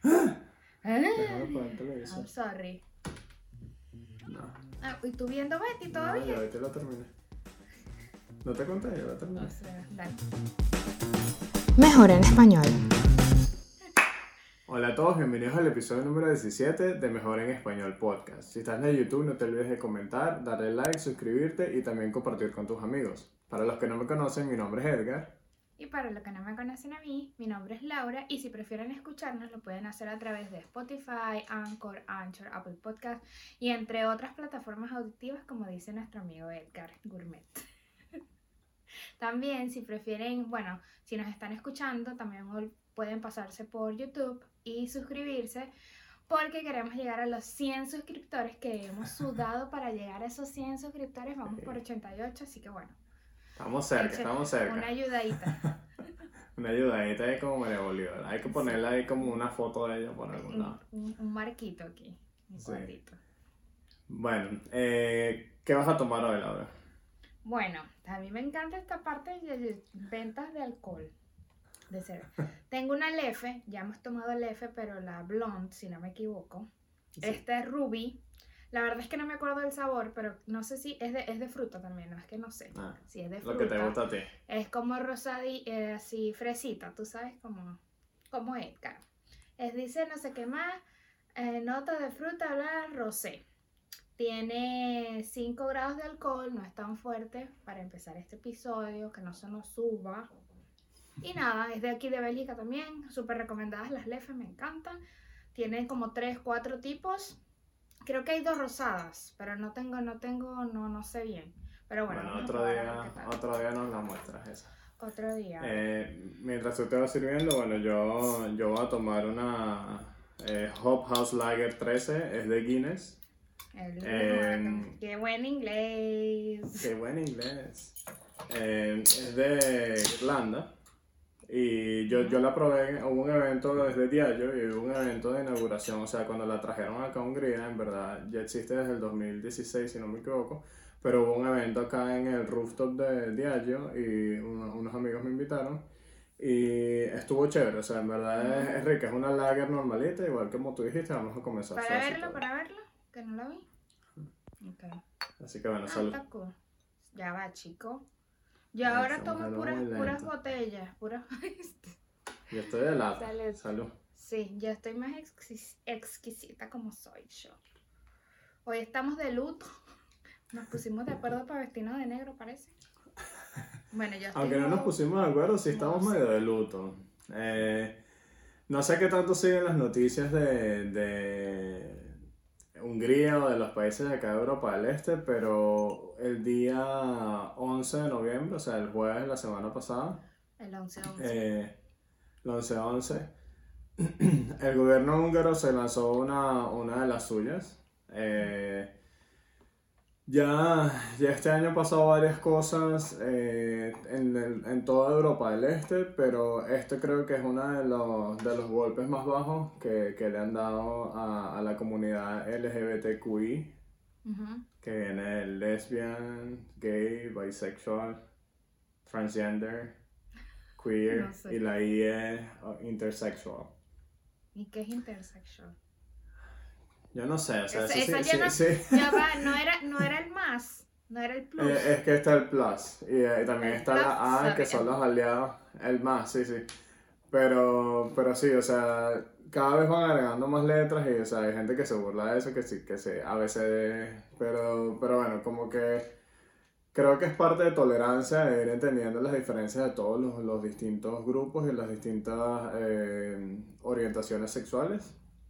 Déjame apagar el televisor. I'm sorry. No. ¿Y tú viendo Betty No, todavía? ya Betty la terminé. No te conté, ya la terminé. O sea, dale. Mejor en español. Hola a todos, bienvenidos al episodio número 17 de Mejor en Español Podcast. Si estás en YouTube, no te olvides de comentar, darle like, suscribirte y también compartir con tus amigos. Para los que no me conocen, mi nombre es Edgar. Y para los que no me conocen a mí, mi nombre es Laura y si prefieren escucharnos lo pueden hacer a través de Spotify, Anchor, Apple Podcast y entre otras plataformas auditivas como dice nuestro amigo Edgar Gourmet. También si prefieren, bueno, si nos están escuchando también pueden pasarse por YouTube y suscribirse porque queremos llegar a los 100 suscriptores que hemos sudado para llegar a esos 100 suscriptores, vamos por 88, así que bueno. Estamos cerca. Una ayudadita. Una ayudadita ahí como María Bolívar. Hay que ponerle ahí como una foto de ella por algún lado. Un marquito aquí, un cuadrito. Bueno, ¿qué vas a tomar hoy, Laura? Bueno, a mí me encanta esta parte de ventas de alcohol, de cerveza. Tengo una Lefe, ya hemos tomado Lefe, pero la Blonde, si no me equivoco. Sí. Esta es Ruby. La verdad es que no me acuerdo del sabor, pero no sé si es de fruta también, no es que no sé. Si es de fruta. Lo que te gusta a ti. Es como rosada, así fresita, tú sabes como es, claro. Dice no sé qué más, nota de fruta, habla rosé. Tiene 5 grados de alcohol, no es tan fuerte para empezar este episodio, que no se nos suba. Y nada, es de aquí de Bélgica también, súper recomendadas las Lefe, me encantan. Tienen como 3, 4 tipos. Creo que hay 2 rosadas, pero no sé bien. Pero bueno, otro día nos la muestras esa. Otro día. Mientras tú te vas sirviendo, bueno, yo voy a tomar una Hop House Lager 13, es de Guinness. ¡Qué buen inglés! ¡Qué buen inglés! Es de Irlanda. Y yo la probé, hubo un evento desde Diageo y hubo un evento de inauguración, o sea, cuando la trajeron acá a Hungría, en verdad ya existe desde el 2016 si no me equivoco, pero hubo un evento acá en el rooftop de Diageo y unos amigos me invitaron y estuvo chévere, o sea, en verdad es rica, es una lager normalita, igual que como tú dijiste, vamos a comenzar. Para verlo, que no la vi. Okay. Así que bueno, salud. Cool. Ya va, chico. Yo ahora tomo puras botellas, Yo estoy de lado. Salud. Sí, yo estoy más exquisita como soy yo. Hoy estamos de luto. Nos pusimos de acuerdo para vestirnos de negro, parece. Bueno, yo estoy. Aunque no nos pusimos de acuerdo, sí estamos medio de luto. No sé qué tanto siguen las noticias de Hungría o de los países de acá de Europa del Este, pero el día 11 de noviembre, o sea, el jueves de la semana pasada, el 11-11, el gobierno húngaro se lanzó una de las suyas. Ya este año han pasado varias cosas en toda Europa del Este, pero este creo que es uno de los golpes más bajos que le han dado a la comunidad LGBTQI, que viene de lesbian, gay, bisexual, transgender, queer, y la I es intersexual. ¿Y qué es intersexual? Yo no sé, o sea, sí. Ya va, no era el más, no era el plus. Es que está el plus, y también está la A, que son los aliados, el más, sí. Pero sí, o sea, cada vez van agregando más letras y, o sea, hay gente que se burla de eso, que sí, a veces, pero bueno, como que creo que es parte de tolerancia, de ir entendiendo las diferencias de todos los distintos grupos y las distintas orientaciones sexuales.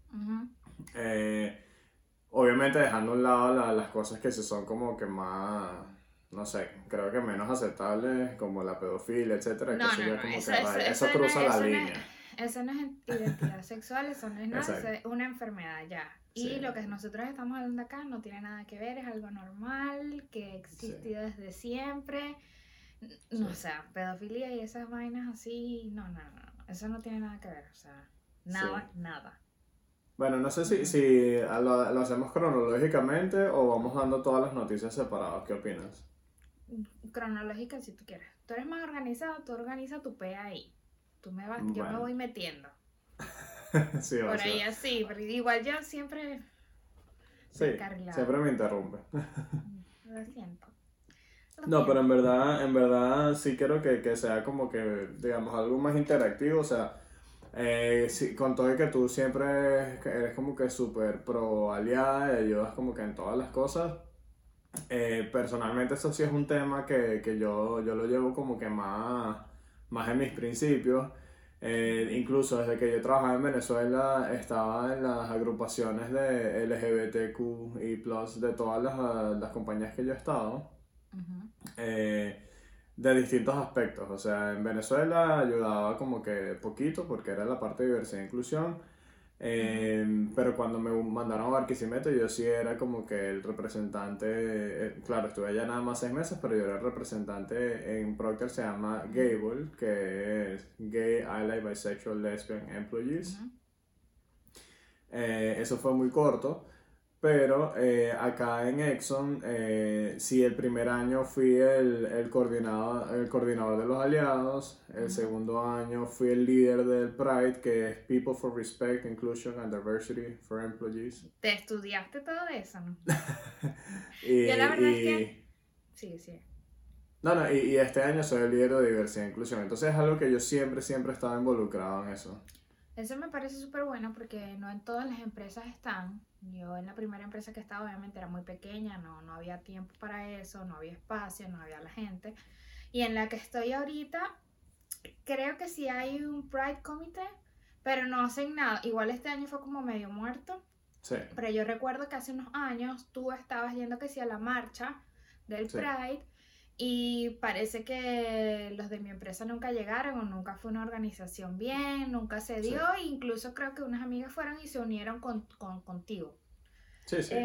Obviamente dejando a un lado las cosas que se son como que más, no sé, creo que menos aceptables, como la pedofilia, etcétera. Eso cruza la línea. Eso no es identidad sexual, eso no es nada, eso es una enfermedad ya. Y lo que nosotros estamos hablando acá no tiene nada que ver, es algo normal, que ha existido desde siempre. No, o sea, pedofilia y esas vainas así, no, eso no tiene nada que ver, o sea, nada. Bueno, no sé si lo hacemos cronológicamente o vamos dando todas las noticias separadas. ¿Qué opinas? Cronológica si tú quieres. Tú eres más organizado, tú organiza tu PA ahí. Yo me voy metiendo. Sí, por o sea, ahí así, pero igual yo siempre sí, descarrilada. siempre me interrumpe. Lo siento. Lo No, pero siento. en verdad sí quiero que sea como que, digamos, algo más interactivo, o sea, sí, con todo y que tú siempre eres como que súper pro aliada y ayudas como que en todas las cosas, personalmente eso sí es un tema que yo lo llevo como que más en mis principios. Incluso desde que yo trabajaba en Venezuela estaba en las agrupaciones de LGBTQ y plus de todas las compañías que yo he estado, Ujú, eh, de distintos aspectos. O sea, en Venezuela ayudaba como que poquito porque era la parte de diversidad e inclusión. ujú. Pero cuando me mandaron a Barquisimeto yo sí era como que el representante, claro, estuve allá nada más 6 meses, pero yo era el representante en Procter, se llama Gable, que es Gay, Ally, Bisexual, Lesbian Employees. Ujú. Eso fue muy corto, pero acá en Exxon, sí, el primer año fui el coordinador de los aliados, el Ujú. segundo año fui el líder del Pride, que es People for Respect, Inclusion and Diversity for Employees. ¿Te estudiaste todo eso, no? y, Yo la verdad es que... y, Sí, sí. no, no, y este año soy el líder de diversidad e inclusión, entonces es algo que yo siempre he estado involucrado en eso. Eso me parece súper bueno porque no en todas las empresas están. Yo en la primera empresa que estaba obviamente era muy pequeña, no había tiempo para eso, no había espacio, no había la gente. Y en la que estoy ahorita, creo que sí hay un Pride Committee, pero no hacen nada. Igual este año fue como medio muerto, Sí, pero yo recuerdo que hace unos años tú estabas yendo que sí a la marcha del sí, Pride y parece que los de mi empresa nunca llegaron o nunca fue una organización bien, nunca se sí, dio, incluso creo que unas amigas fueron y se unieron contigo. sí, sí.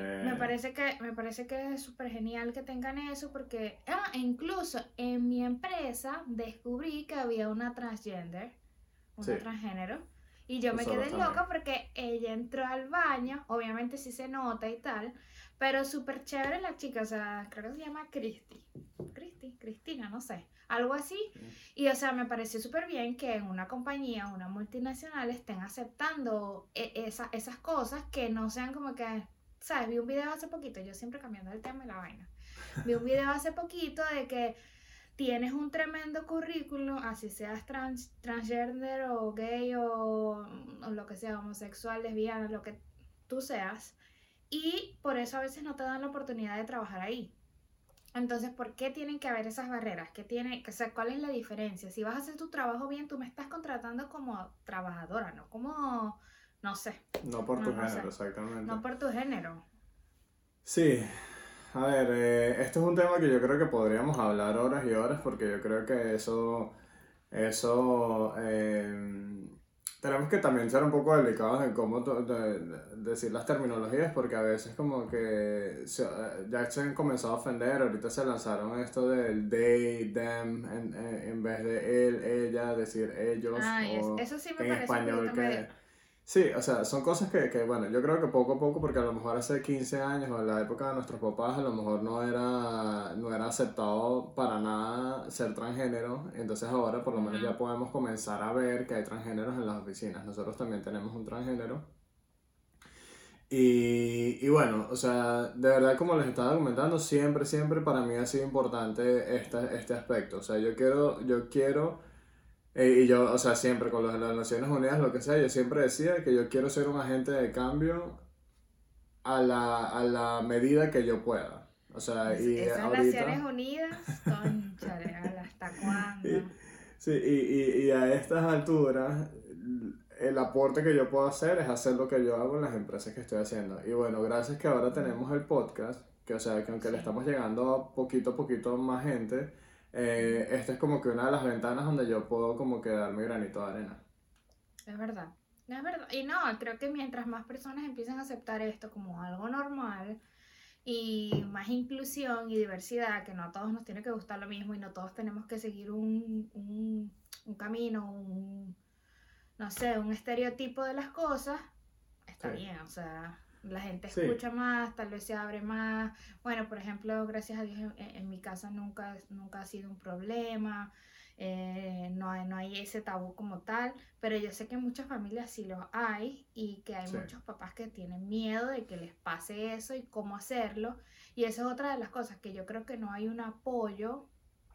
Me parece que es súper genial que tengan eso porque incluso en mi empresa descubrí que había una transgender, Sí, una transgénero, y yo me nosotros quedé también. loca porque ella entró al baño, obviamente sí se nota y tal, pero súper chévere la chica, o sea, creo que se llama Cristina, no sé, algo así, y o sea, me pareció súper bien que en una compañía, una multinacional, estén aceptando esas cosas que no sean como que, ¿sabes? Vi un video hace poquito, yo siempre cambiando el tema y la vaina, vi un video hace poquito de que tienes un tremendo currículum, así seas transgender o gay o lo que sea, homosexual, lesbiana, lo que tú seas, y por eso a veces no te dan la oportunidad de trabajar ahí. Entonces, ¿por qué tienen que haber esas barreras? O sea, ¿cuál es la diferencia? Si vas a hacer tu trabajo bien, tú me estás contratando como trabajadora, no como, no sé, No por tu no sé, género, exactamente. no por tu género. Sí, a ver, este es un tema que yo creo que podríamos hablar horas y horas porque yo creo que eso, tenemos que también ser un poco delicados en cómo decir las terminologías porque a veces como que ya se han comenzado a ofender, ahorita se lanzaron esto del they, them, en vez de él, ella, decir ellos Ay, o eso sí me en parece un español poquito medio... que... Sí, o sea, son cosas bueno, yo creo que poco a poco, porque a lo mejor hace 15 años o en la época de nuestros papás, a lo mejor no era aceptado para nada ser transgénero, entonces ahora por lo menos ya Ujú. podemos comenzar a ver que hay transgéneros en las oficinas. Nosotros también tenemos un transgénero. Y bueno, o sea, de verdad como les estaba comentando, siempre para mí ha sido importante este aspecto. O sea, yo quiero y yo, o sea, siempre con las Naciones Unidas, lo que sea, yo siempre decía que yo quiero ser un agente de cambio a la medida que yo pueda. O sea, y Esas Naciones ahorita, Unidas, cónchale, ¿hasta y- cuándo? sí, y a estas alturas, el aporte que yo puedo hacer es hacer lo que yo hago en las empresas que estoy haciendo. Y bueno, gracias que ahora Mm, tenemos el podcast, que o sea, que aunque le sí. estamos llegando a poquito más gente, Ujú. esta es como que una de las ventanas donde yo puedo como que dar mi granito de arena. Es verdad. Es verdad. Y no, creo que mientras más personas empiecen a aceptar esto como algo normal y más inclusión y diversidad, que no a todos nos tiene que gustar lo mismo y no todos tenemos que seguir un camino, no sé, un estereotipo de las cosas, Sí, está bien, o sea, la gente sí, escucha más, tal vez se abre más. Bueno, por ejemplo, gracias a Dios en mi casa nunca ha sido un problema. no hay ese tabú como tal, pero yo sé que en muchas familias sí los hay y que hay Sí, muchos papás que tienen miedo de que les pase eso y cómo hacerlo. Y esa es otra de las cosas que yo creo que no hay un apoyo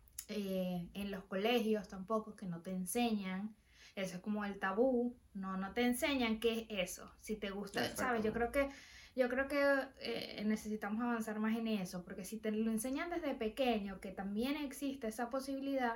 en los colegios tampoco, que no te enseñan. Eso es como el tabú, no te enseñan qué es eso. Si te gusta, ¿sabes? exactamente. Yo creo que necesitamos avanzar más en eso, porque si te lo enseñan desde pequeño, que también existe esa posibilidad,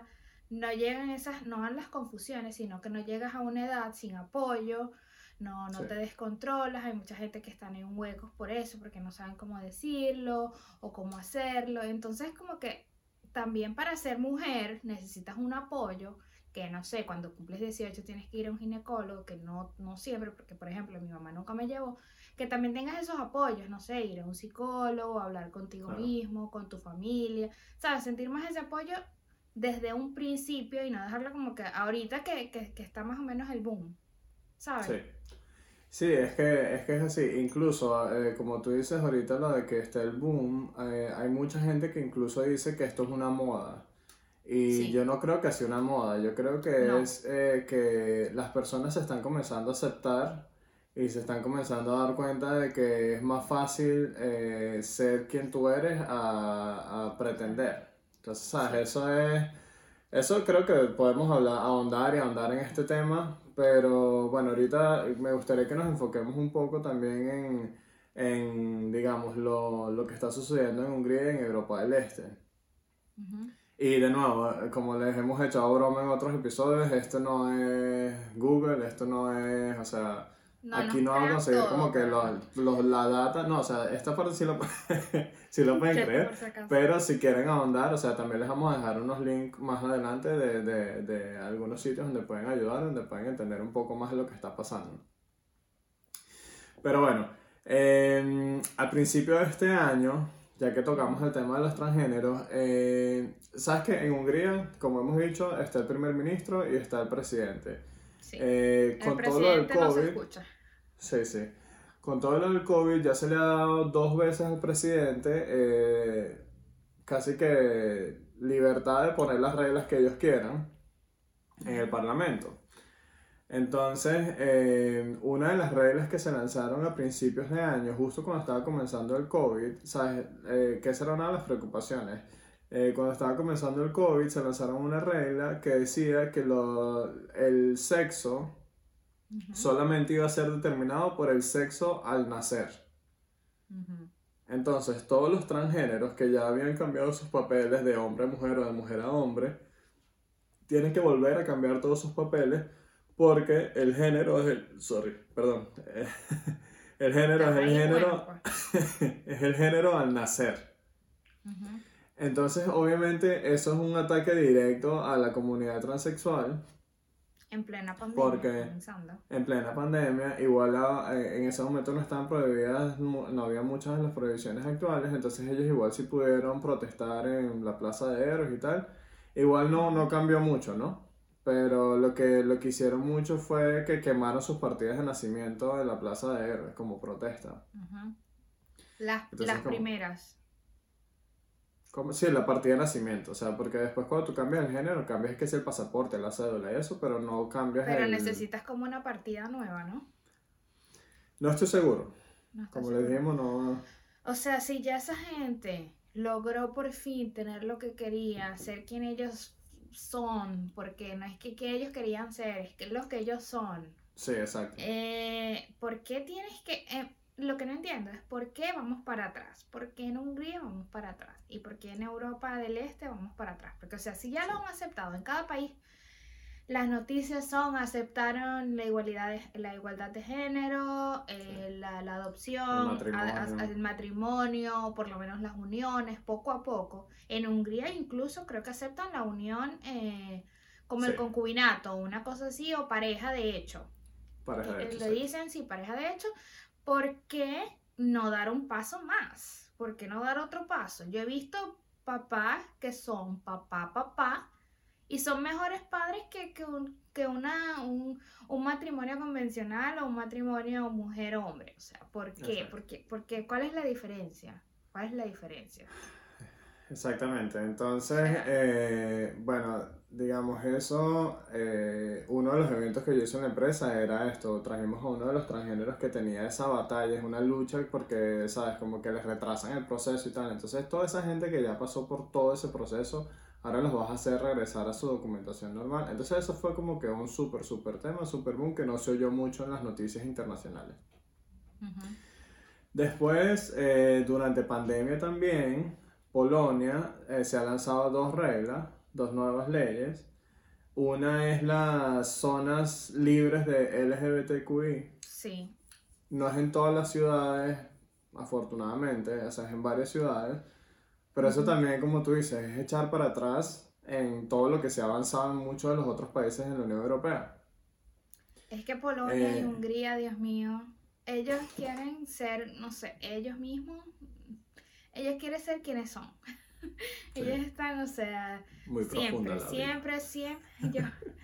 no van las confusiones, sino que no llegas a una edad sin apoyo, Sí, no te descontrolas, hay mucha gente que están en huecos por eso, porque no saben cómo decirlo o cómo hacerlo. Entonces, como que también para ser mujer necesitas un apoyo, que no sé, cuando cumples 18 tienes que ir a un ginecólogo, que no siempre, porque por ejemplo mi mamá nunca me llevó, que también tengas esos apoyos, no sé, ir a un psicólogo, hablar contigo claro. mismo, con tu familia, ¿sabes? Sentir más ese apoyo desde un principio y no dejarlo como que ahorita que está más o menos el boom, ¿sabes? Sí. Sí, es así. Incluso, como tú dices ahorita, lo de que está el boom, hay mucha gente que incluso dice que esto es una moda. Y Sí, yo no creo que sea una moda, yo creo que no, es que las personas se están comenzando a aceptar y se están comenzando a dar cuenta de que es más fácil ser quien tú eres a exacto, pretender. Entonces, ¿sabes? sí. Eso creo que podemos hablar, ahondar y ahondar en este tema, pero bueno, ahorita me gustaría que nos enfoquemos un poco también digamos, lo que está sucediendo en Hungría y en Europa del Este. Ujú. Y de nuevo, como les hemos echado broma en otros episodios, esto no es Google, esto no es, o sea, No aquí nos no vamos a crean conseguir como todo, que pero la data, no, o sea, esta parte sí lo, sí lo pueden sepa creer, por si acaso. pero si quieren ahondar, o sea, también les vamos a dejar unos links más adelante de algunos sitios donde pueden ayudar, donde pueden entender un poco más de lo que está pasando. Pero bueno, al principio de este año, ya que tocamos Ujú. el tema de los transgéneros, sabes que en Hungría, como hemos dicho, está el primer ministro y está el presidente. Sí, el Con todo lo del presidente no se COVID, escucha. sí, sí, con todo lo del COVID ya se le ha dado dos veces al presidente casi que libertad de poner las reglas que ellos quieran en el Ujú, Parlamento. Entonces, una de las reglas que se lanzaron a principios de año, justo cuando estaba comenzando el COVID, ¿sabes? Que esa era una de las preocupaciones. Cuando estaba comenzando el COVID, se lanzaron una regla que decía que el sexo ujú, solamente iba a ser determinado por el sexo al nacer. ujú. Entonces, todos los transgéneros que ya habían cambiado sus papeles de hombre a mujer o de mujer a hombre, tienen que volver a cambiar todos sus papeles porque el género es el, sorry, perdón, el género Estás es el ahí, bueno, género, pues. es el género al nacer. Ujú. Entonces, obviamente, eso es un ataque directo a la comunidad transexual En plena pandemia, porque comenzando. en plena pandemia, igual en ese momento no estaban prohibidas, no había muchas de las prohibiciones actuales, entonces ellos igual sí pudieron protestar en la Plaza de Héroes y tal. Igual no Ujú, cambió mucho, ¿no? Pero lo que hicieron mucho fue que quemaron sus partidas de nacimiento de la Plaza de Héroes como protesta. ujú. Entonces, Las primeras. sí, la partida de nacimiento, o sea, porque después cuando tú cambias el género, cambias que es el pasaporte, la cédula y eso, pero no cambias Pero el... necesitas como una partida nueva, ¿no? No estoy seguro. No estás Como les seguro. dijimos, no... O sea, si ya esa gente logró por fin tener lo que quería, ser quien ellos son, porque no es que ellos querían ser, es que lo que ellos son. Sí, exacto. ¿Por qué tienes que...? Lo que no entiendo es por qué vamos para atrás, por qué en Hungría vamos para atrás y por qué en Europa del Este vamos para atrás. Porque, o sea, si ya Sí, lo han aceptado en cada país, las noticias son, aceptaron la igualdad de género, sí. la El adopción, matrimonio. el matrimonio, por lo menos las uniones, poco a poco. En Hungría incluso creo que aceptan la unión como Sí, el concubinato, una cosa así, o pareja de hecho. pareja de hecho, Lo exacto. dicen, sí, pareja de hecho. ¿Por qué no dar un paso más? ¿Por qué no dar otro paso? Yo he visto papás que son papá y son mejores padres un matrimonio convencional o un matrimonio mujer-hombre. O sea, ¿por qué? Exacto. Cuál es la diferencia? ¿Cuál es la diferencia? Exactamente, entonces, bueno, digamos eso, uno de los eventos que yo hice en la empresa era esto, trajimos a uno de los transgéneros que tenía esa batalla, es una lucha porque, sabes, como que les retrasan el proceso y tal, entonces toda esa gente que ya pasó por todo ese proceso, ahora los vas a hacer regresar a su documentación normal, entonces eso fue como que un súper tema, súper boom que no se oyó mucho en las noticias internacionales. Ujú. Después, durante pandemia también, Polonia se ha lanzado dos reglas, dos nuevas leyes. Una es las zonas libres de LGBTQI. Sí. No es en todas las ciudades, afortunadamente, o sea, es en varias ciudades. Pero eso Ujú. también, como tú dices, es echar para atrás en todo lo que se ha avanzado en muchos de los otros países en la Unión Europea. Es que Polonia y Eh, Hungría, Dios mío, ellos quieren ser, no sé, ellos mismos, ellos quieren ser quienes son. sí, Ellos están, o sea, muy profunda siempre, la brima. siempre, siempre, yo,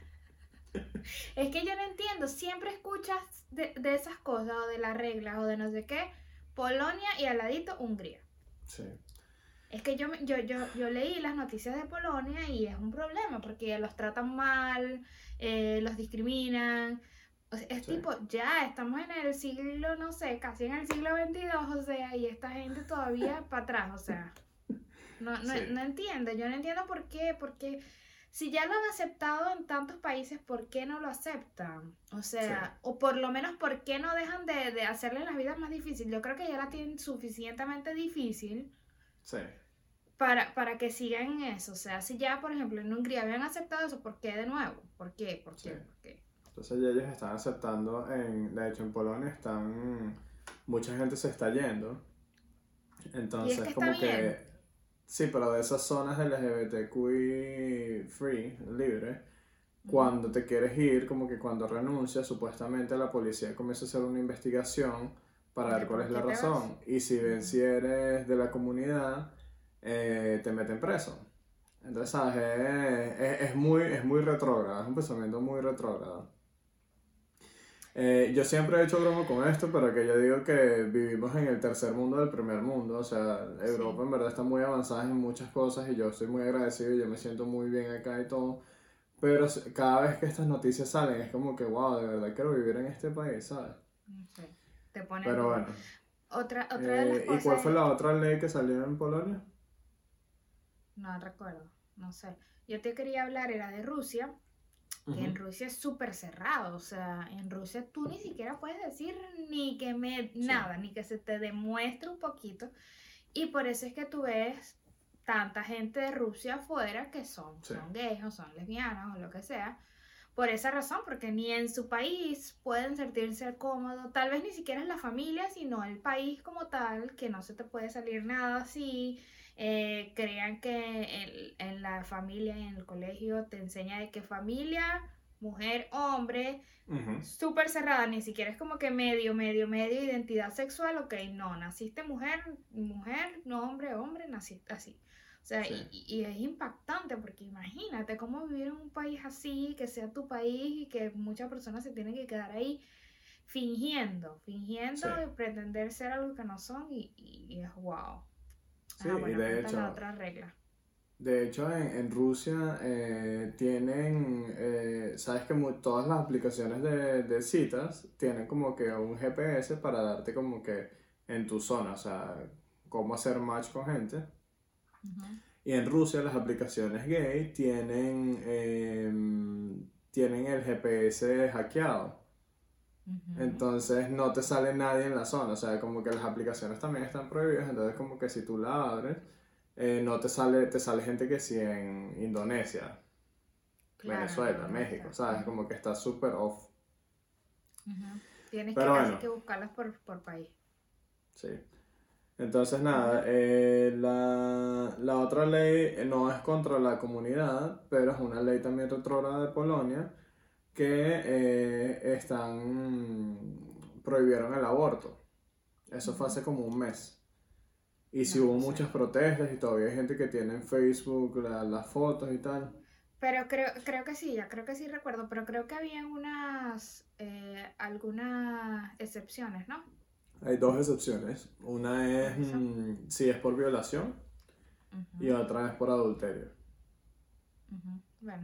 es que yo no entiendo, siempre escuchas de esas cosas o de las reglas o de no sé qué, Polonia y al ladito Hungría. Sí, Es que yo leí las noticias de Polonia y es un problema porque los tratan mal, los discriminan. O sea, es sí, tipo, ya estamos en el siglo, no sé, casi en el siglo XXII, o sea, y esta gente todavía para atrás, o sea, sí, no entiendo, yo no entiendo por qué, porque si ya lo han aceptado en tantos países, ¿por qué no lo aceptan? O sí, sea, o por lo menos, ¿por qué no dejan de hacerle las vidas más difíciles? Yo creo que ya la tienen suficientemente difícil sí. para que sigan en eso. O sea, si ya, por ejemplo, en Hungría habían aceptado eso, ¿por qué de nuevo? ¿Por qué? ¿Por Sí. qué? ¿Por qué? Entonces ya ellos están aceptando, de hecho en Polonia mucha gente se está yendo, Y es entonces que está como bien. que, sí, pero de esas zonas LGBTQI free, libre, Ujú. cuando te quieres ir, como que cuando renuncias, supuestamente la policía comienza a hacer una investigación para ¿De ver cuál por es la qué te vas? razón, y si ven Ujú. si eres de la comunidad, te meten preso. Entonces, ¿sabes? Es muy retrógrado, es un pensamiento muy retrógrado. Yo siempre he hecho broma con esto, pero que yo digo que vivimos en el tercer mundo del primer mundo. O sea, Europa Sí. en verdad está muy avanzada en muchas cosas y yo estoy muy agradecido y yo me siento muy bien acá y todo. Pero cada vez que estas noticias salen es como que, wow, de verdad quiero vivir en este país, ¿sabes? No sé. Te ponen Pero duro. bueno. Otra de las ¿Y cuál cosas fue es la que, otra ley que salió en Polonia? no recuerdo, no sé. Yo te quería hablar, era de Rusia, que en Ujú. Rusia es súper cerrado. O sea, en Rusia tú ni siquiera puedes decir ni que me Sí, nada, ni que se te demuestre un poquito. Y por eso es que tú ves tanta gente de Rusia afuera que sí, son gays o son lesbianas o lo que sea. Por esa razón, porque ni en su país pueden sentirse cómodos, tal vez ni siquiera es la familia, sino el país como tal, que no se te puede salir nada así. Crean que en la familia y en el colegio te enseña de que familia, mujer, hombre, ujú, súper cerrada, ni siquiera es como que medio identidad sexual, ok, no, naciste mujer, mujer, no hombre, hombre, naciste así. O sea, sí, y es impactante porque imagínate cómo vivir en un país así, que sea tu país y que muchas personas se tienen que quedar ahí fingiendo sí. y pretender ser algo que no son y es wow. Sí, Ah, y bueno, cuenta la otra regla. de hecho, en Rusia tienen, sabes que todas las aplicaciones de citas tienen como que un GPS para darte como que en tu zona, o sea, cómo hacer match con gente. Ujú. Y en Rusia las aplicaciones gay tienen el GPS hackeado. Ujú. Entonces no te sale nadie en la zona, o sea, como que las aplicaciones también están prohibidas, entonces como que si tú la abres, no te sale gente que sí en Indonesia, Claro, Venezuela, no, México, está. ¿sabes? Ujú, Como que está súper off. ujú. Tienes que Pero casi bueno, que buscarlas por país. sí. Entonces Ujú. nada, la otra ley no es contra la comunidad, pero es una ley también retrógrada de Polonia que prohibieron el aborto. Eso fue Ujú. hace como un mes. Y sí No, hubo no muchas sabía. protestas y todavía hay gente que tiene en Facebook las fotos y tal. Pero creo que sí, ya creo que sí recuerdo, pero creo que había algunas excepciones, ¿no? Hay dos excepciones. Una es ¿Cuáles son? si es por violación Ujú, y otra es por adulterio. ujú. Bueno.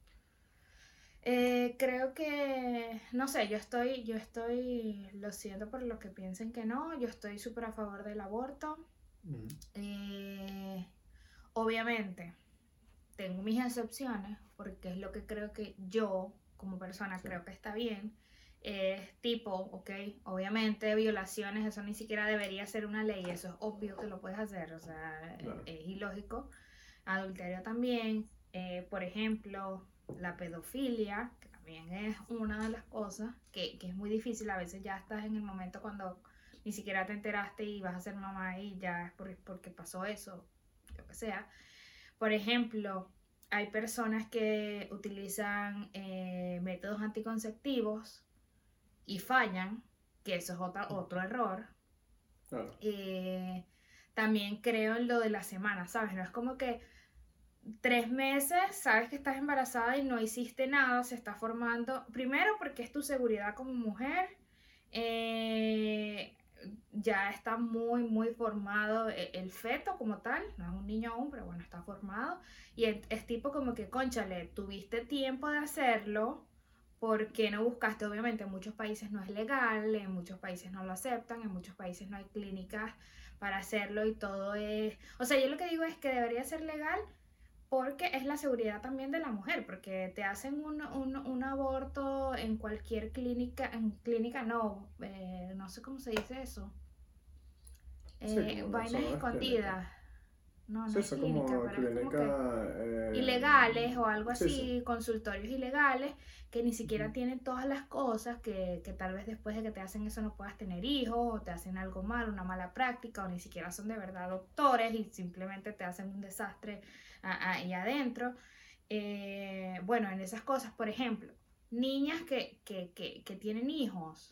Creo que, no sé, lo siento por lo que piensen que no, yo estoy súper a favor del aborto. Ujú. Eh, Obviamente, tengo mis excepciones, porque es lo que creo que yo, como persona, Sí, creo que está bien. Tipo, ok, obviamente violaciones, eso ni siquiera debería ser una ley, eso es obvio que lo puedes hacer, o sea, claro. es ilógico. Adulterio también, por ejemplo, la pedofilia, que también es una de las cosas que es muy difícil, a veces ya estás en el momento cuando ni siquiera te enteraste y vas a ser mamá y ya es porque pasó eso, lo que sea. Por ejemplo, hay personas que utilizan métodos anticonceptivos y fallan, que eso es otro error. Claro. Eh, También creo en lo de la semana, ¿sabes? No es como que 3 meses, sabes que estás embarazada y no hiciste nada, se está formando, primero porque es tu seguridad como mujer, eh, ya está muy formado el feto como tal, no es un niño aún, pero bueno, está formado, y es tipo como que, cónchale, tuviste tiempo de hacerlo, ¿por qué no buscaste? Obviamente en muchos países no es legal, en muchos países no lo aceptan, en muchos países no hay clínicas para hacerlo y todo es, o sea, yo lo que digo es que debería ser legal porque es la seguridad también de la mujer, porque te hacen un aborto en cualquier clínica, en clínica no, no sé cómo se dice eso, Sí, como que vainas son las clínicas. escondidas, no, no Sí, es eso clínica, como pero es como que clínica. ilegales o algo Sí, sí. así, consultorios ilegales que ni siquiera Ujú. tienen todas las cosas que tal vez después de que te hacen eso no puedas tener hijos o te hacen algo mal, una mala práctica o ni siquiera son de verdad doctores y simplemente te hacen un desastre ahí adentro. Bueno, en esas cosas, por ejemplo, niñas que tienen hijos.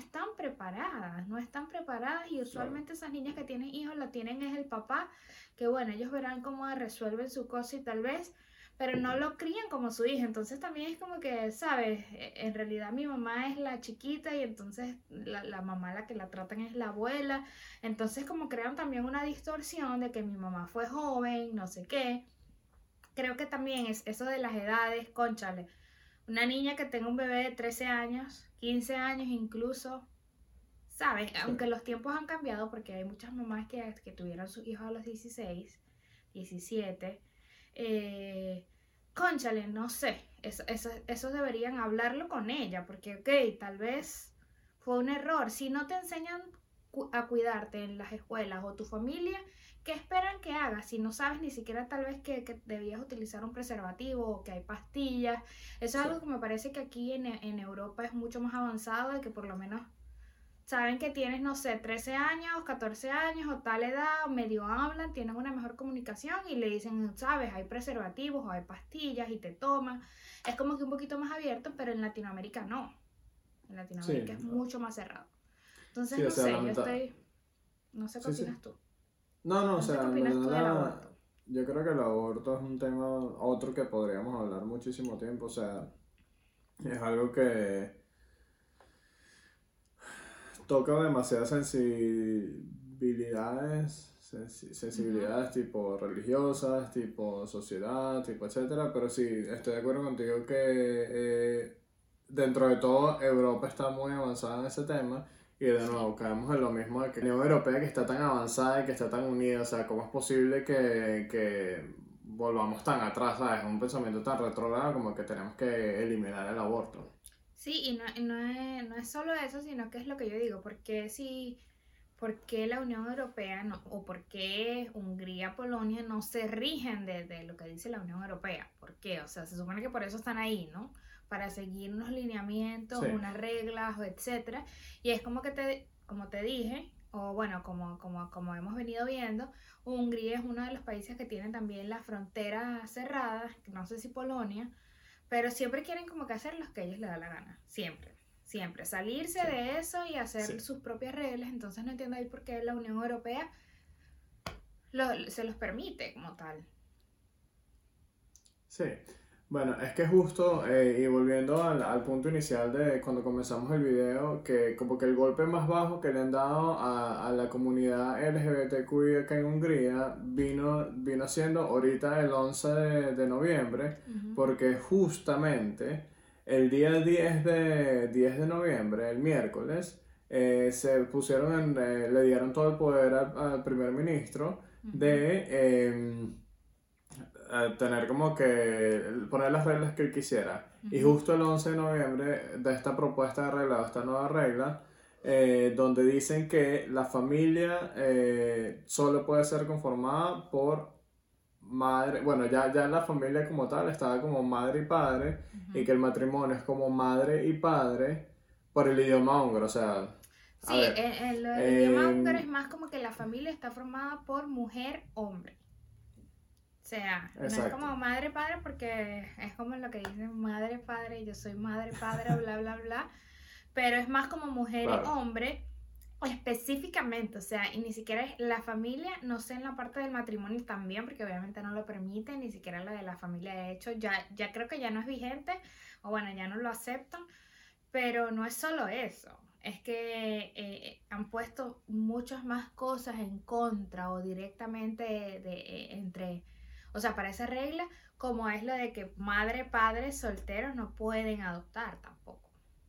No están preparadas y Claro. usualmente esas niñas que tienen hijos lo tienen es el papá que bueno, ellos verán cómo resuelven su cosa y tal vez, pero no lo crían como su hija. Entonces también es como que, ¿sabes? En realidad mi mamá es la chiquita y entonces la mamá la que la tratan es la abuela. Entonces como crean también una distorsión de que mi mamá fue joven, no sé qué. Creo que también es eso de las edades, cónchale. Una niña que tenga un bebé de 13 años, 15 años incluso, ¿sabes? Sí. Aunque los tiempos han cambiado porque hay muchas mamás que tuvieron sus hijos a los 16 17 eh, cónchale, no sé, eso deberían hablarlo con ella, porque, ok, tal vez fue un error. Si no te enseñan a cuidarte en las escuelas o tu familia, ¿qué esperan que hagas? Si no sabes ni siquiera tal vez que debías utilizar un preservativo o que hay pastillas. Eso es Sí. algo que me parece que aquí en Europa es mucho más avanzado, de que por lo menos saben que tienes, no sé, 13 años, 14 años o tal edad, medio hablan, tienen una mejor comunicación y le dicen, sabes, hay preservativos o hay pastillas y te toman. Es como que un poquito más abierto, pero en Latinoamérica no. En Sí, Latinoamérica es mucho más cerrado. Entonces, sí, o no sea, sé, no sé qué Sí, sí. opinas tú. No, no, o No sé qué sea, en opinas tú del verdad, aborto. yo creo que el aborto es un tema, otro que podríamos hablar muchísimo tiempo, o sea, es algo que toca demasiadas sensibilidades tipo religiosas, tipo sociedad, tipo etcétera, pero sí, estoy de acuerdo contigo que dentro de todo Europa está muy avanzada en ese tema y de Sí. nuevo caemos en lo mismo de que la Unión Europea que está tan avanzada y que está tan unida, o sea, ¿cómo es posible que volvamos tan atrás? ¿Sabes? Un pensamiento tan retrógrado como que tenemos que eliminar el aborto. Sí, no es solo eso, sino que es lo que yo digo, porque si ¿por qué la Unión Europea no, o por qué Hungría, Polonia no se rigen de lo que dice la Unión Europea? ¿Por qué? O sea, se supone que por eso están ahí, ¿no? Para seguir unos lineamientos, Sí, unas reglas, o etcétera. Y es como que como te dije, o bueno, como hemos venido viendo, Hungría es uno de los países que tienen también las fronteras cerradas, no sé si Polonia, pero siempre quieren como que hacer lo que a ellos les da la gana, siempre. Siempre salirse sí, de eso y hacer sí. sus propias reglas, entonces no entiendo ahí por qué la Unión Europea se los permite como tal. Sí, Bueno, es que justo, y volviendo al punto inicial de cuando comenzamos el video, que como que el golpe más bajo que le han dado a la comunidad LGBTQI acá en Hungría vino siendo ahorita el 11 de noviembre, Ujú. porque justamente el día 10 de noviembre, el miércoles, se pusieron le dieron todo el poder al primer ministro Ujú. de... a tener como que poner las reglas que él quisiera. Y Ujú. justo el 11 de noviembre de esta propuesta de regla, de esta nueva regla, donde dicen que la familia solo puede ser conformada por madre, bueno, ya la familia como tal estaba como madre y padre, y Ujú. que el matrimonio es como madre y padre por el idioma húngaro, o sea, a Sí, ver, lo del idioma húngaro es em, más como que la familia está formada por mujer-hombre. O sea, no es exacto, como madre-padre porque es como lo que dicen madre-padre, yo soy madre-padre, bla, bla, bla. Pero es más como claro, mujer-hombre específicamente, o sea, y ni siquiera es la familia, no sé en la parte del matrimonio también, porque obviamente no lo permite, ni siquiera la de la familia, de hecho, ya creo que ya no es vigente, o bueno, ya no lo aceptan, pero no es solo eso, es que han puesto muchas más cosas en contra o directamente entre, o sea, para esa regla, como es lo de que madre, padre, solteros no pueden adoptar tampoco,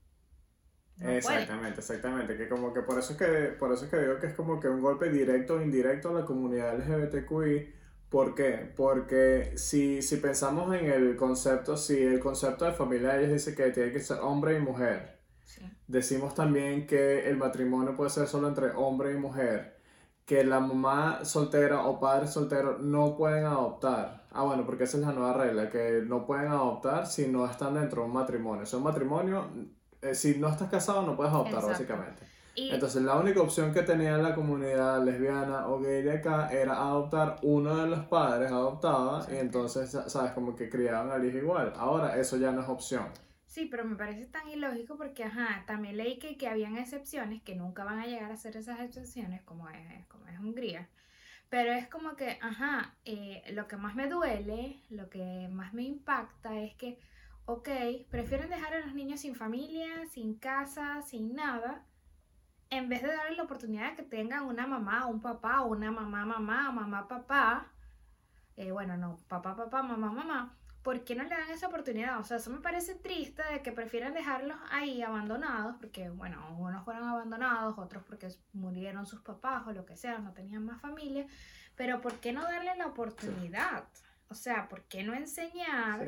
no pueden. exactamente, que como que por eso es que digo que es como que un golpe directo o indirecto a la comunidad LGBTQI. ¿Por qué? Porque si pensamos en el concepto, si el concepto de familia ellos dice que tiene que ser hombre y mujer, Sí, decimos también que el matrimonio puede ser solo entre hombre y mujer, que la mamá soltera o padre soltero no pueden adoptar. Ah, bueno, porque esa es la nueva regla, que no pueden adoptar si no están dentro de un matrimonio. Es un matrimonio, si no estás casado no puedes adoptar, exacto. básicamente. Y Entonces, la única opción que tenía la comunidad lesbiana o gay de acá era adoptar uno de los padres, adoptaba, y soltero. entonces, sabes, como que criaban al hijo igual. Ahora, eso ya no es opción. Sí, pero me parece tan ilógico porque, ajá, también leí que habían excepciones, que nunca van a llegar a ser esas excepciones, como es Hungría. Pero es como que, ajá, lo que más me duele, lo que más me impacta es que, ok, prefieren dejar a los niños sin familia, sin casa, sin nada, en vez de darles la oportunidad de que tengan una mamá, un papá, o una mamá, mamá, mamá, papá. Bueno, no, papá, papá, mamá, mamá, ¿por qué no le dan esa oportunidad? O sea, eso me parece triste de que prefieran dejarlos ahí abandonados, porque, bueno, unos fueron abandonados, otros porque murieron sus papás o lo que sea, no tenían más familia, pero ¿por qué no darle la Sí, oportunidad? O sea, ¿por qué no sí. enseñar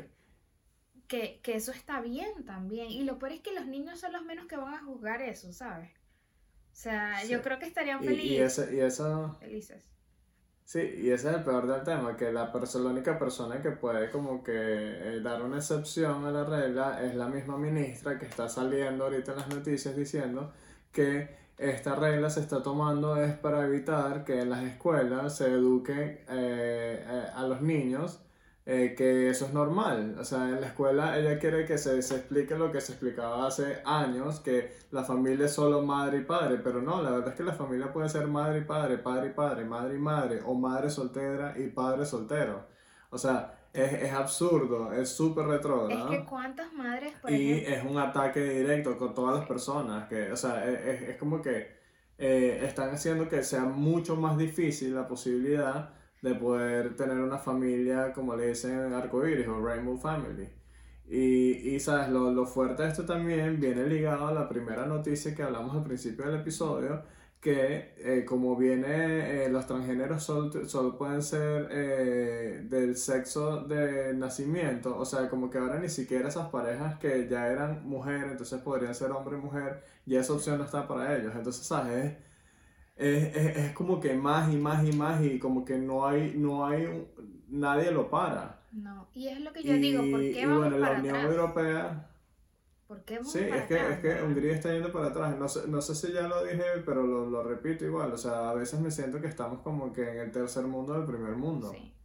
que eso está bien también? Y lo peor es que los niños son los menos que van a juzgar eso, ¿sabes? O sea, Sí. yo creo que estarían Y esa, felices. sí, y ese es el peor del tema, que la única persona que puede como que dar una excepción a la regla es la misma ministra que está saliendo ahorita en las noticias diciendo que esta regla se está tomando es para evitar que en las escuelas se eduque a los niños que eso es normal. O sea, en la escuela ella quiere que se explique lo que se explicaba hace años, que la familia es solo madre y padre, pero no, la verdad es que la familia puede ser madre y padre, padre y padre, madre y madre, o madre soltera y padre soltero. O sea, es absurdo, es súper Es que retrógrado cuántas madres, por y ejemplo, es un ataque directo con todas sí. las personas, que, o sea, es como que están haciendo que sea mucho más difícil la posibilidad de poder tener una familia, como le dicen, arcoíris o rainbow family. Y sabes, lo fuerte de esto también viene ligado a la primera noticia que hablamos al principio del episodio, que como viene, los transgéneros solo pueden ser del sexo de nacimiento, o sea, como que ahora ni siquiera esas parejas que ya eran mujer, entonces podrían ser hombre y mujer, ya esa opción no está para ellos, entonces, ¿sabes? Es como que más y más y más y como que nadie lo para. No, y es lo que yo digo, ¿por qué Y vamos bueno, la para Unión atrás? Europea, ¿Por qué sí, vamos para es atrás, que verdad? Hungría está yendo para atrás. No sé si ya lo dije, pero lo repito igual. O sea, a veces me siento que estamos como que en el tercer mundo del primer mundo. Sí.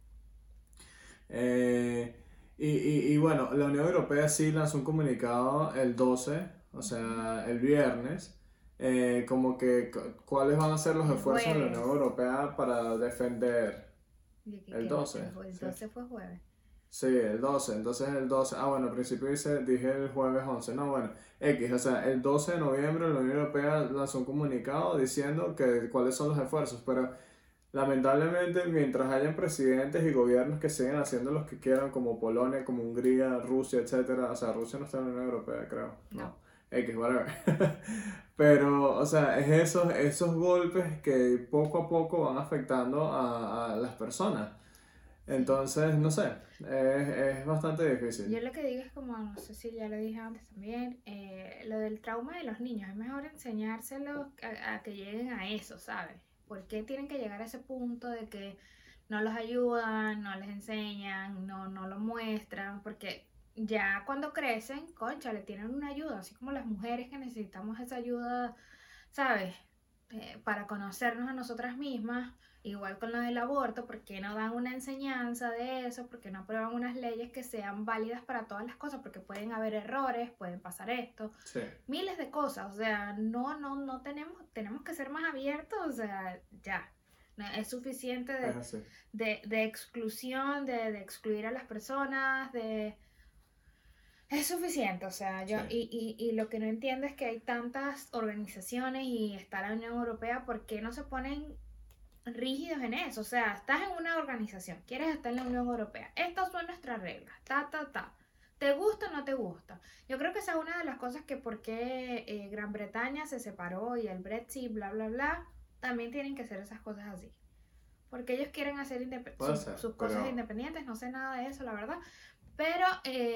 Eh, y bueno, la Unión Europea sí lanzó un comunicado el 12, o Ujú. sea, el viernes, como que cuáles van a ser los El esfuerzos de la Unión jueves. Europea para defender ¿De qué el qué? 12, El ¿sí? 12 fue jueves. Sí, el 12, entonces el 12, bueno, al principio dije el jueves 11, no, bueno, X, o sea, el 12 de noviembre la Unión Europea lanzó un comunicado diciendo que cuáles son los esfuerzos, pero lamentablemente mientras hayan presidentes y gobiernos que siguen haciendo los que quieran, como Polonia, como Hungría, Rusia, etcétera, o sea, Rusia no está en la Unión Europea, creo, no, X, whatever, pero, o sea, es esos golpes que poco a poco van afectando a las personas. Entonces, no sé, es bastante difícil. Yo lo que digo es como, no sé si ya lo dije antes también, lo del trauma de los niños, es mejor enseñárselos a que lleguen a eso, ¿sabes? ¿Por qué tienen que llegar a ese punto de que no los ayudan, no les enseñan, no lo muestran? Porque ya cuando crecen, concha, le tienen una ayuda, así como las mujeres que necesitamos esa ayuda, ¿sabes? Para conocernos a nosotras mismas. Igual con lo del aborto, ¿por qué no dan una enseñanza de eso? ¿Por qué no aprueban unas leyes que sean válidas para todas las cosas? Porque pueden haber errores, pueden pasar esto, Sí. miles de cosas. O sea, no tenemos que ser más abiertos, o sea, ya. No, es suficiente de exclusión, de excluir a las personas, es suficiente, o sea, yo, Sí. y lo que no entiendo es que hay tantas organizaciones y está la Unión Europea, ¿por qué no se ponen rígidos en eso? O sea, estás en una organización, quieres estar en la Unión Europea, estas son nuestras reglas, ¿te gusta o no te gusta? Yo creo que esa es una de las cosas que por qué Gran Bretaña se separó y el Brexit, bla, bla, bla, también tienen que hacer esas cosas así. Porque ellos quieren hacer sus cosas independientes, no sé nada de eso, la verdad. Pero,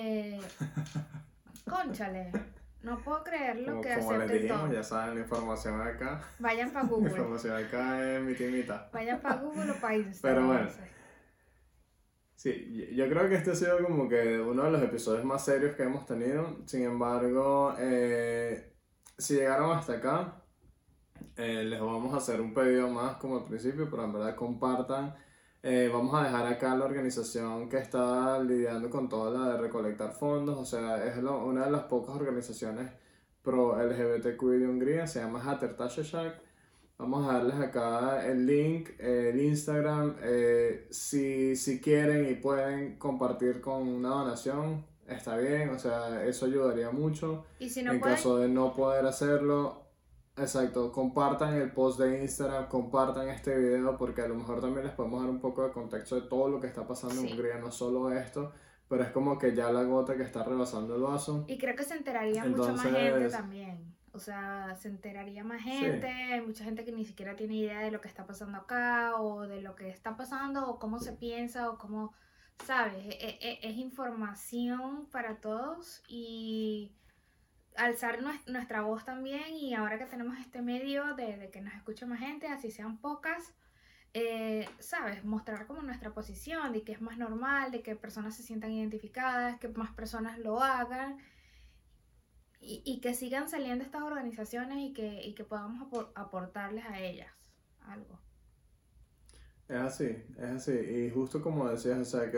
cónchale, no puedo creerlo que como les acepten dijimos, todo. ya saben, la información acá. Vayan para La Google. información acá es mitad y mitad. Vayan para Google o para Instagram. Pero bueno. No sé. Sí, yo creo que este ha sido como que uno de los episodios más serios que hemos tenido. Sin embargo, si llegaron hasta acá, les vamos a hacer un pedido más como al principio, pero en verdad compartan. Vamos a dejar acá la organización que está lidiando con toda la de recolectar fondos. O sea, es una de las pocas organizaciones pro LGBTQ de Hungría, se llama Hattertaschek. Vamos a darles acá el link, el Instagram. Si quieren y pueden compartir con una donación, está bien, o sea, eso ayudaría mucho. Y si no En pueden, caso de no poder hacerlo, exacto, compartan el post de Instagram, compartan este video, porque a lo mejor también les podemos dar un poco de contexto de todo lo que está pasando en Hungría, no solo esto, pero es como que ya la gota que está rebasando el vaso. y creo que se enteraría mucho más gente también. O sea, se enteraría más gente, hay mucha gente que ni siquiera tiene idea de lo que está pasando acá, o de lo que está pasando, o cómo se piensa, o cómo, ¿sabes? Es información para todos y alzar nuestra voz también, y ahora que tenemos este medio de que nos escuche más gente, así sean pocas, ¿sabes? Mostrar como nuestra posición, de que es más normal, de que personas se sientan identificadas, que más personas lo hagan. Y que sigan saliendo estas organizaciones y que podamos aportarles a ellas algo. Es así. Y justo como decías, o sea,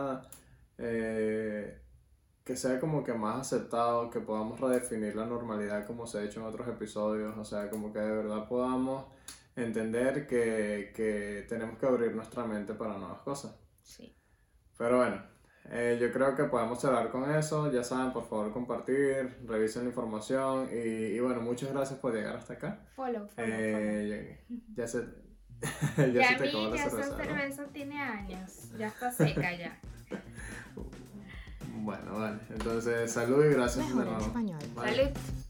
que sea como que más aceptado, que podamos redefinir la normalidad como se ha hecho en otros episodios, o sea, como que de verdad podamos entender que tenemos que abrir nuestra mente para nuevas cosas. Sí. Pero bueno. Yo creo que podemos cerrar con eso. Ya saben, por favor, compartir, revisen la información y bueno, muchas gracias por llegar hasta acá. Follow. Ya se te acabó la cerveza. Esa cerveza tiene años, ya está seca ya. Bueno, vale. Entonces, salud y gracias de nuevo. Español. Salud.